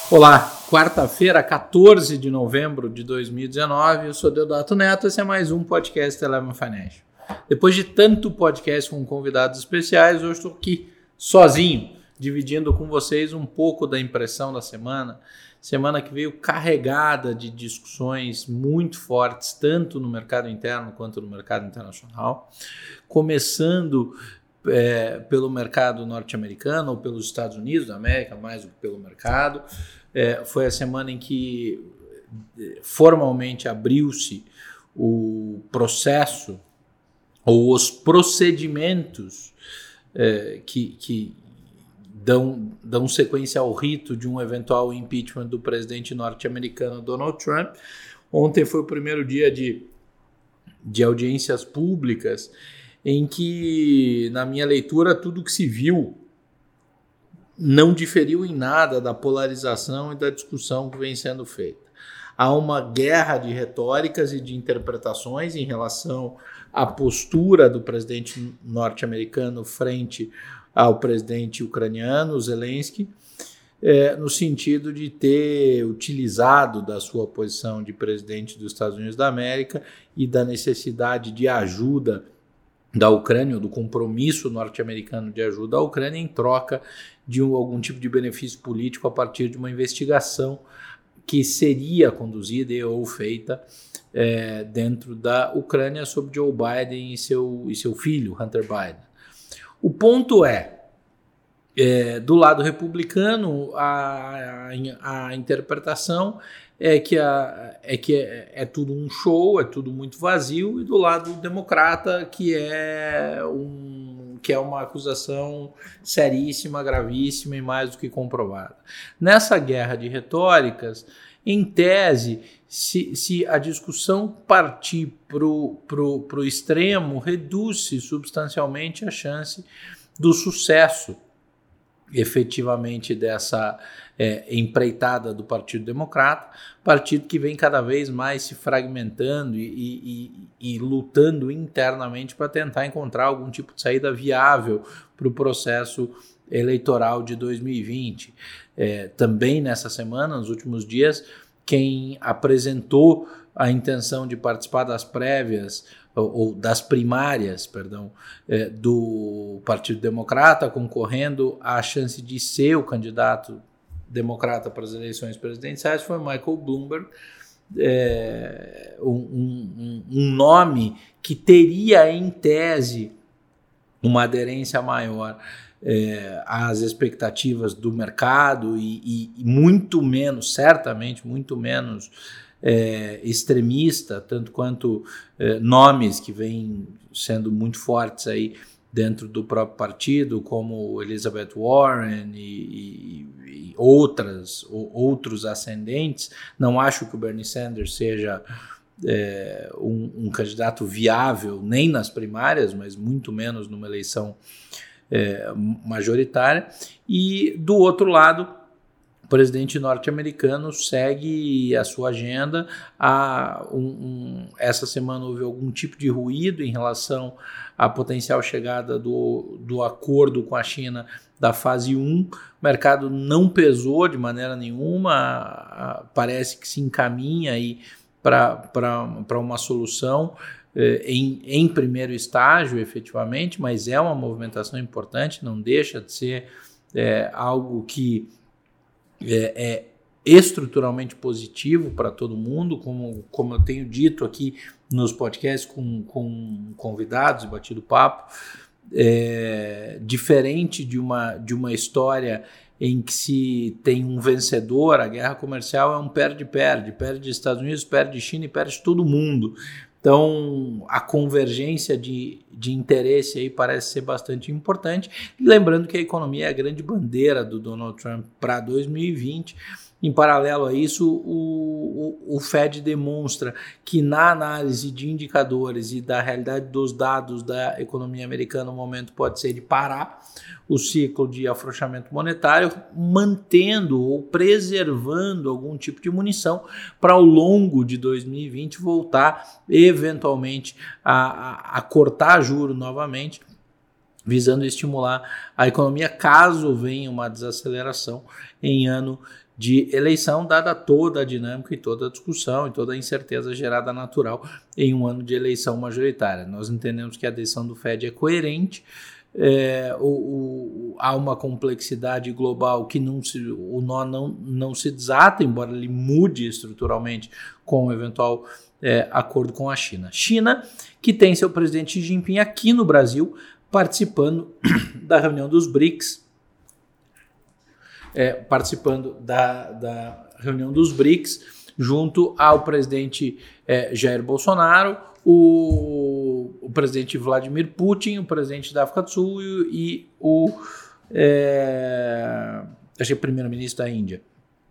Olá, quarta-feira, 14 de novembro de 2019, eu sou Deodato Neto, esse é mais um podcast Eleven Financial. Depois de tanto podcast com convidados especiais, hoje estou aqui sozinho, dividindo com vocês um pouco da impressão da semana que veio carregada de discussões muito fortes, tanto no mercado interno quanto no mercado internacional, começando pelo mercado norte-americano ou pelos Estados Unidos da América, mais do que pelo mercado. Foi a semana em que formalmente abriu-se o processo ou os procedimentos que dão sequência ao rito de um eventual impeachment do presidente norte-americano Donald Trump. Ontem foi o primeiro dia de audiências públicas em que, na minha leitura, tudo que se viu não diferiu em nada da polarização e da discussão que vem sendo feita. Há uma guerra de retóricas e de interpretações em relação à postura do presidente norte-americano frente ao presidente ucraniano, Zelensky, no sentido de ter utilizado da sua posição de presidente dos Estados Unidos da América e da necessidade de ajuda da Ucrânia, ou do compromisso norte-americano de ajuda à Ucrânia em troca de algum tipo de benefício político a partir de uma investigação que seria conduzida ou feita dentro da Ucrânia sobre Joe Biden e seu filho, Hunter Biden. O ponto do lado republicano, a interpretação é que é tudo um show, é tudo muito vazio, e do lado democrata que é uma acusação seríssima, gravíssima e mais do que comprovada. Nessa guerra de retóricas, em tese, se a discussão partir pro extremo, reduz-se substancialmente a chance do sucesso efetivamente dessa empreitada do Partido Democrata, partido que vem cada vez mais se fragmentando e lutando internamente para tentar encontrar algum tipo de saída viável para o processo eleitoral de 2020. Também nessa semana, nos últimos dias, quem apresentou a intenção de participar das prévias ou das primárias, do Partido Democrata, concorrendo à chance de ser o candidato democrata para as eleições presidenciais, foi Michael Bloomberg, um nome que teria, em tese, uma aderência maior às expectativas do mercado e muito menos, certamente, muito menos extremista, tanto quanto nomes que vêm sendo muito fortes aí dentro do próprio partido, como Elizabeth Warren e outros ascendentes. Não acho que o Bernie Sanders seja um candidato viável nem nas primárias, mas muito menos numa eleição majoritária. E do outro lado, o presidente norte-americano segue a sua agenda. Essa semana houve algum tipo de ruído em relação à potencial chegada do acordo com a China da fase 1. O mercado não pesou de maneira nenhuma, parece que se encaminha aí para uma solução em primeiro estágio, efetivamente, mas é uma movimentação importante, não deixa de ser algo que é estruturalmente positivo para todo mundo, como eu tenho dito aqui nos podcasts com convidados e batido papo. Diferente de uma história em que se tem um vencedor, a guerra comercial é um perde-perde, perde Estados Unidos, perde China e perde todo mundo. Então, a convergência de interesse aí parece ser bastante importante. Lembrando que a economia é a grande bandeira do Donald Trump para 2020. Em paralelo a isso, o Fed demonstra que na análise de indicadores e da realidade dos dados da economia americana, o momento pode ser de parar o ciclo de afrouxamento monetário, mantendo ou preservando algum tipo de munição para ao longo de 2020 voltar eventualmente a cortar juros novamente, visando estimular a economia caso venha uma desaceleração em ano de eleição, dada toda a dinâmica e toda a discussão e toda a incerteza gerada natural em um ano de eleição majoritária. Nós entendemos que a decisão do Fed é coerente. Há uma complexidade global que o nó não se desata, embora ele mude estruturalmente com o eventual acordo com a China. China, que tem seu presidente Xi Jinping aqui no Brasil, participando da reunião dos BRICS, junto ao presidente Jair Bolsonaro, o presidente Vladimir Putin, o presidente da África do Sul e acho que é o primeiro-ministro da Índia.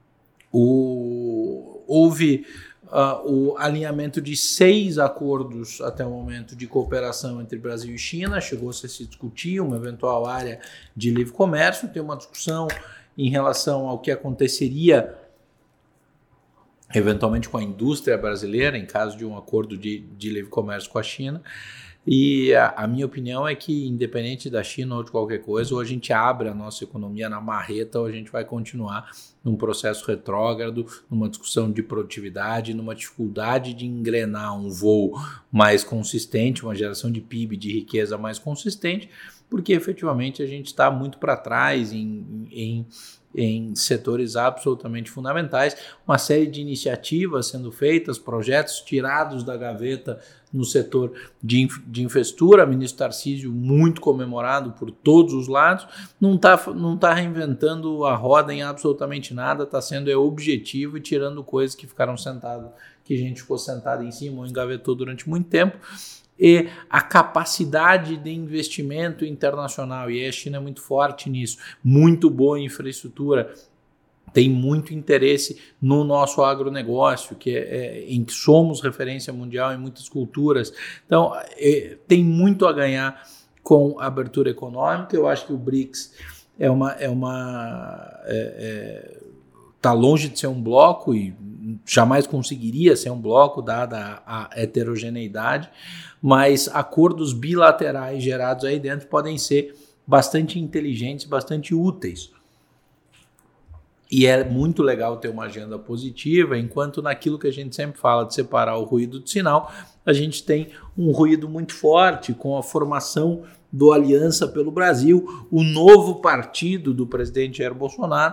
Houve o alinhamento de 6 acordos até o momento de cooperação entre Brasil e China. Chegou-se a se discutir uma eventual área de livre comércio. Tem uma discussão em relação ao que aconteceria eventualmente com a indústria brasileira em caso de um acordo de livre comércio com a China. E a minha opinião é que, independente da China ou de qualquer coisa, ou a gente abre a nossa economia na marreta, ou a gente vai continuar num processo retrógrado, numa discussão de produtividade, numa dificuldade de engrenar um voo mais consistente, uma geração de PIB, de riqueza mais consistente, porque efetivamente a gente está muito para trás em setores absolutamente fundamentais, uma série de iniciativas sendo feitas, projetos tirados da gaveta no setor de infraestrutura. O ministro Tarcísio, muito comemorado por todos os lados, não tá reinventando a roda em absolutamente nada, está sendo objetivo e tirando coisas que que a gente ficou sentado em cima ou engavetou durante muito tempo. E a capacidade de investimento internacional, e a China é muito forte nisso, muito boa em infraestrutura, tem muito interesse no nosso agronegócio, em que somos referência mundial em muitas culturas. Então, tem muito a ganhar com a abertura econômica. Eu acho que o BRICS está longe de ser um bloco e jamais conseguiria ser um bloco, dada a heterogeneidade, mas acordos bilaterais gerados aí dentro podem ser bastante inteligentes, bastante úteis. E é muito legal ter uma agenda positiva, enquanto naquilo que a gente sempre fala de separar o ruído do sinal, a gente tem um ruído muito forte com a formação do Aliança pelo Brasil, o novo partido do presidente Jair Bolsonaro,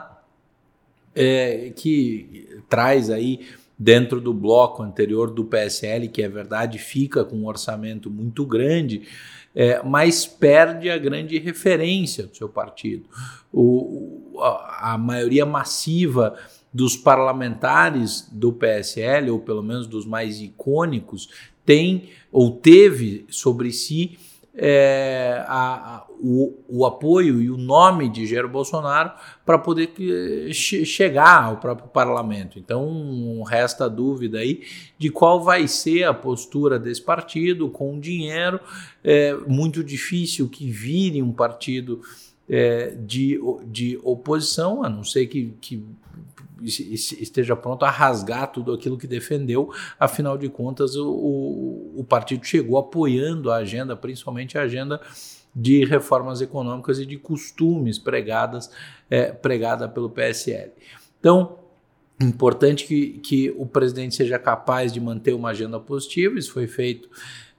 que traz aí dentro do bloco anterior do PSL, que é verdade, fica com um orçamento muito grande, mas perde a grande referência do seu partido. A maioria massiva dos parlamentares do PSL, ou pelo menos dos mais icônicos, tem ou teve sobre si o apoio e o nome de Jair Bolsonaro para poder chegar ao próprio parlamento. Então resta a dúvida aí de qual vai ser a postura desse partido com dinheiro. É muito difícil que vire um partido de oposição, a não ser que esteja pronto a rasgar tudo aquilo que defendeu. Afinal de contas, o partido chegou apoiando a agenda, principalmente a agenda de reformas econômicas e de costumes pregada pelo PSL. Então, importante que o presidente seja capaz de manter uma agenda positiva. Isso foi feito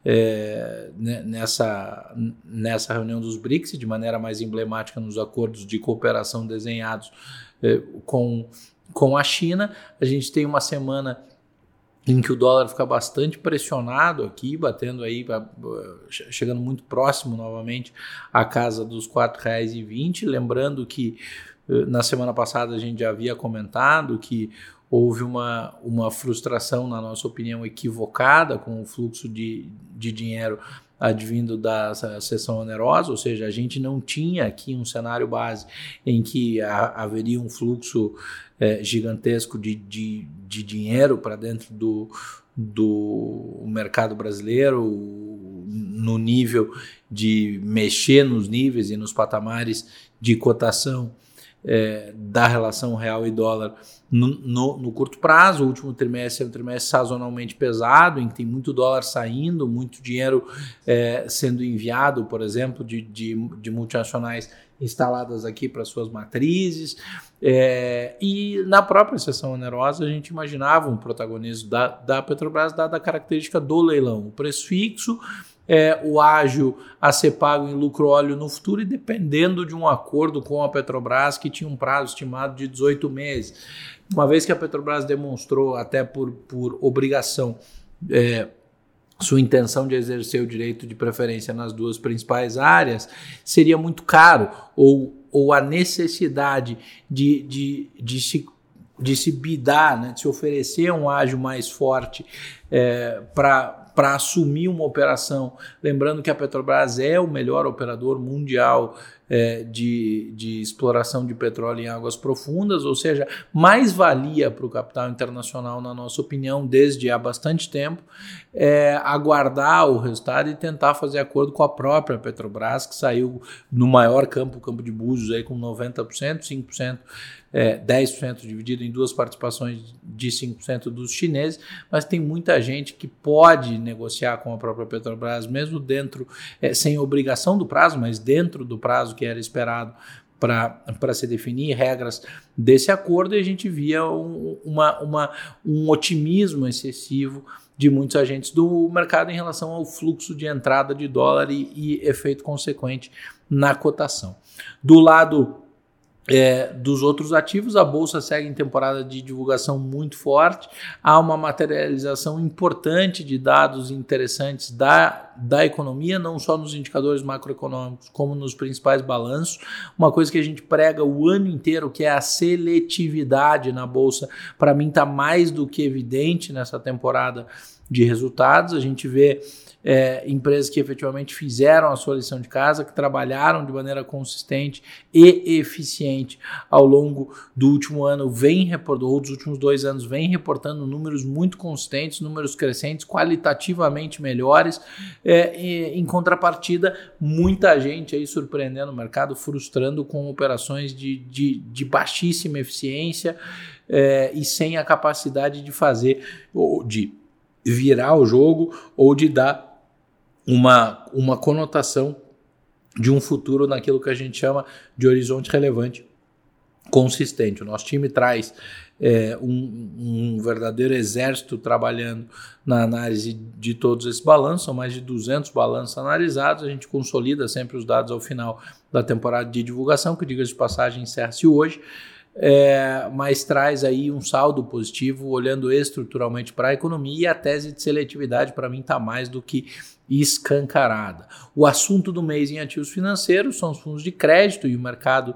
nessa reunião dos BRICS, de maneira mais emblemática nos acordos de cooperação desenhados com a China. A gente tem uma semana em que o dólar fica bastante pressionado aqui, batendo aí, chegando muito próximo novamente à casa dos R$ 4,20. Lembrando que na semana passada a gente já havia comentado que houve uma frustração, na nossa opinião, equivocada com o fluxo de dinheiro advindo da seção onerosa, ou seja, a gente não tinha aqui um cenário base em que haveria um fluxo gigantesco de dinheiro para dentro do mercado brasileiro, no nível de mexer nos níveis e nos patamares de cotação da relação real e dólar no curto prazo. O último trimestre é um trimestre sazonalmente pesado, em que tem muito dólar saindo, muito dinheiro sendo enviado, por exemplo, de multinacionais instaladas aqui para suas matrizes, e na própria sessão onerosa a gente imaginava um protagonismo da Petrobras, dada a característica do leilão, o preço fixo, o ágio a ser pago em lucro óleo no futuro, e dependendo de um acordo com a Petrobras que tinha um prazo estimado de 18 meses. Uma vez que a Petrobras demonstrou, até por obrigação, sua intenção de exercer o direito de preferência nas duas principais áreas, seria muito caro, ou a necessidade de se bidar, né, de se oferecer um ágio mais forte para assumir uma operação. Lembrando que a Petrobras é o melhor operador mundial de exploração de petróleo em águas profundas, ou seja, mais valia para o capital internacional, na nossa opinião, desde há bastante tempo, aguardar o resultado e tentar fazer acordo com a própria Petrobras, que saiu no maior campo, o Campo de Búzios, aí com 90%, 5%, 10% dividido em duas participações de 5% dos chineses, mas tem muita gente que pode negociar com a própria Petrobras, mesmo dentro, sem obrigação do prazo, mas dentro do prazo que era esperado para se definir regras desse acordo, e a gente via um otimismo excessivo de muitos agentes do mercado em relação ao fluxo de entrada de dólar e efeito consequente na cotação. Do lado dos outros ativos, a Bolsa segue em temporada de divulgação muito forte, há uma materialização importante de dados interessantes da economia, não só nos indicadores macroeconômicos, como nos principais balanços. Uma coisa que a gente prega o ano inteiro, que é a seletividade na Bolsa, para mim está mais do que evidente nessa temporada de resultados. A gente vê empresas que efetivamente fizeram a sua lição de casa, que trabalharam de maneira consistente e eficiente ao longo do último ano, ou dos últimos 2 anos, vem reportando números muito consistentes, números crescentes, qualitativamente melhores. Em contrapartida, muita gente aí surpreendendo o mercado, frustrando com operações de baixíssima eficiência e sem a capacidade de fazer, ou de virar o jogo, ou de dar uma conotação de um futuro naquilo que a gente chama de horizonte relevante consistente. O nosso time traz um verdadeiro exército trabalhando na análise de todos esses balanços, são mais de 200 balanços analisados, a gente consolida sempre os dados ao final da temporada de divulgação, que, diga-se de passagem, encerra-se hoje, mas traz aí um saldo positivo, olhando estruturalmente para a economia, e a tese de seletividade para mim está mais do que escancarada. O assunto do mês em ativos financeiros são os fundos de crédito e o mercado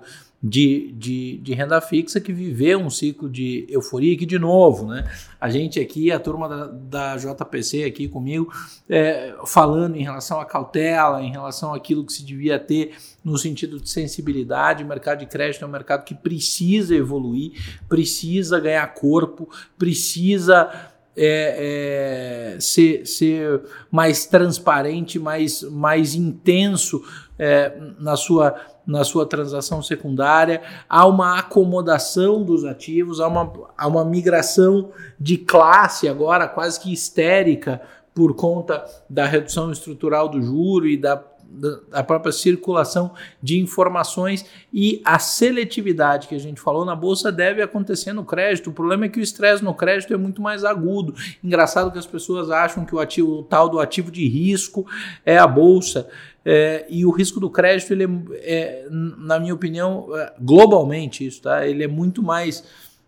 de renda fixa, que viveu um ciclo de euforia, que de novo, né, a gente aqui, a turma da JPC aqui comigo, falando em relação à cautela, em relação àquilo que se devia ter no sentido de sensibilidade. O mercado de crédito é um mercado que precisa evoluir, precisa ganhar corpo, precisa ser mais transparente, mais intenso na sua transação secundária. Há uma acomodação dos ativos, há uma migração de classe agora quase que histérica por conta da redução estrutural do juro e da própria circulação de informações, e a seletividade que a gente falou na Bolsa deve acontecer no crédito. O problema é que o estresse no crédito é muito mais agudo. Engraçado que as pessoas acham que o tal do ativo de risco é a Bolsa, e o risco do crédito, ele na minha opinião, globalmente isso, tá? Ele é muito mais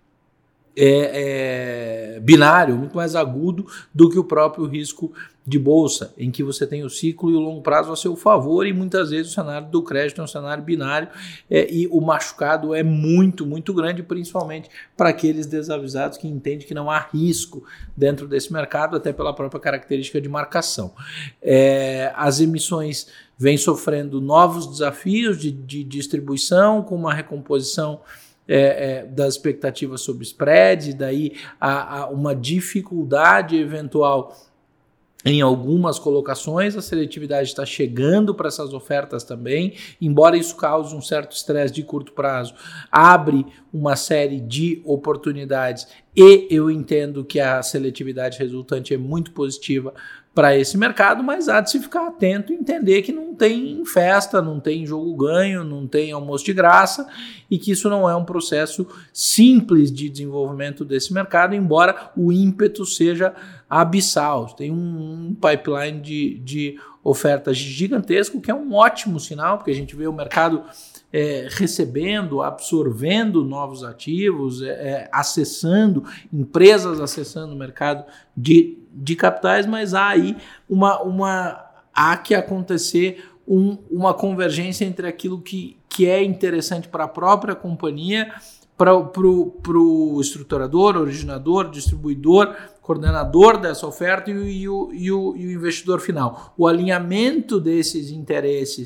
binário, muito mais agudo do que o próprio risco de bolsa, em que você tem o ciclo e o longo prazo a seu favor, e muitas vezes o cenário do crédito é um cenário binário, e o machucado é muito, muito grande, principalmente para aqueles desavisados que entendem que não há risco dentro desse mercado, até pela própria característica de marcação. As emissões vêm sofrendo novos desafios de distribuição, com uma recomposição das expectativas sobre spreads, e daí há uma dificuldade eventual em algumas colocações, a seletividade está chegando para essas ofertas também, embora isso cause um certo estresse de curto prazo, abre uma série de oportunidades e eu entendo que a seletividade resultante é muito positiva para esse mercado, mas há de se ficar atento e entender que não tem festa, não tem jogo ganho, não tem almoço de graça e que isso não é um processo simples de desenvolvimento desse mercado, embora o ímpeto seja abissal. Tem um pipeline de ofertas gigantesco, que é um ótimo sinal, porque a gente vê o mercado recebendo, absorvendo novos ativos, acessando, empresas acessando o mercado de capitais, mas há aí há que acontecer uma convergência entre aquilo que é interessante para a própria companhia, para o estruturador, originador, distribuidor, coordenador dessa oferta e o investidor final. O alinhamento desses interesses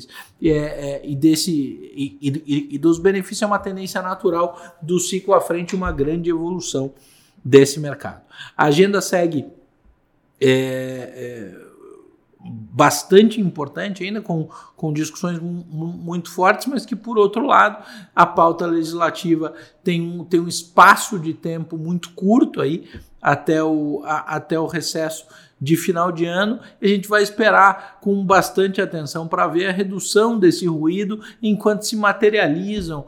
e dos benefícios é uma tendência natural do ciclo à frente, uma grande evolução desse mercado. A agenda segue bastante importante ainda, com discussões muito fortes, mas que, por outro lado, a pauta legislativa tem um espaço de tempo muito curto aí, até o recesso de final de ano, e a gente vai esperar com bastante atenção para ver a redução desse ruído enquanto se materializam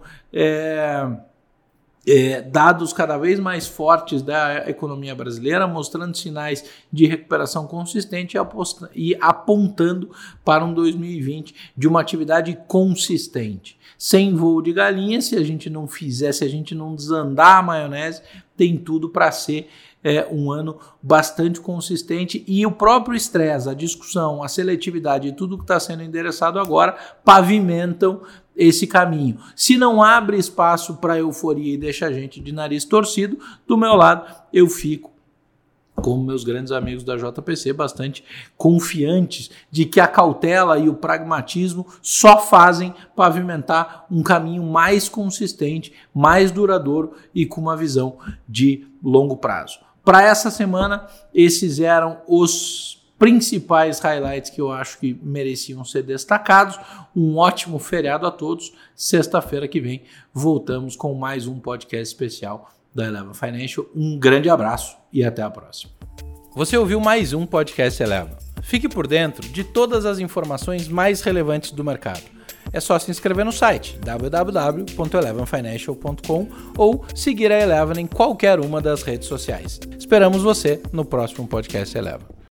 dados cada vez mais fortes da economia brasileira, mostrando sinais de recuperação consistente e apontando para um 2020 de uma atividade consistente. Sem voo de galinha, se a gente não desandar a maionese, tem tudo para ser um ano bastante consistente, e o próprio estresse, a discussão, a seletividade e tudo que está sendo endereçado agora pavimentam esse caminho. Se não abre espaço para euforia e deixa a gente de nariz torcido, do meu lado eu fico, como meus grandes amigos da JPC, bastante confiantes de que a cautela e o pragmatismo só fazem pavimentar um caminho mais consistente, mais duradouro e com uma visão de longo prazo. Para essa semana, esses eram os principais highlights que eu acho que mereciam ser destacados. Um ótimo feriado a todos. Sexta-feira que vem voltamos com mais um podcast especial da Eleven Financial. Um grande abraço e até a próxima. Você ouviu mais um podcast Eleven. Fique por dentro de todas as informações mais relevantes do mercado. É só se inscrever no site www.elevenfinancial.com ou seguir a Eleven em qualquer uma das redes sociais. Esperamos você no próximo podcast Eleven.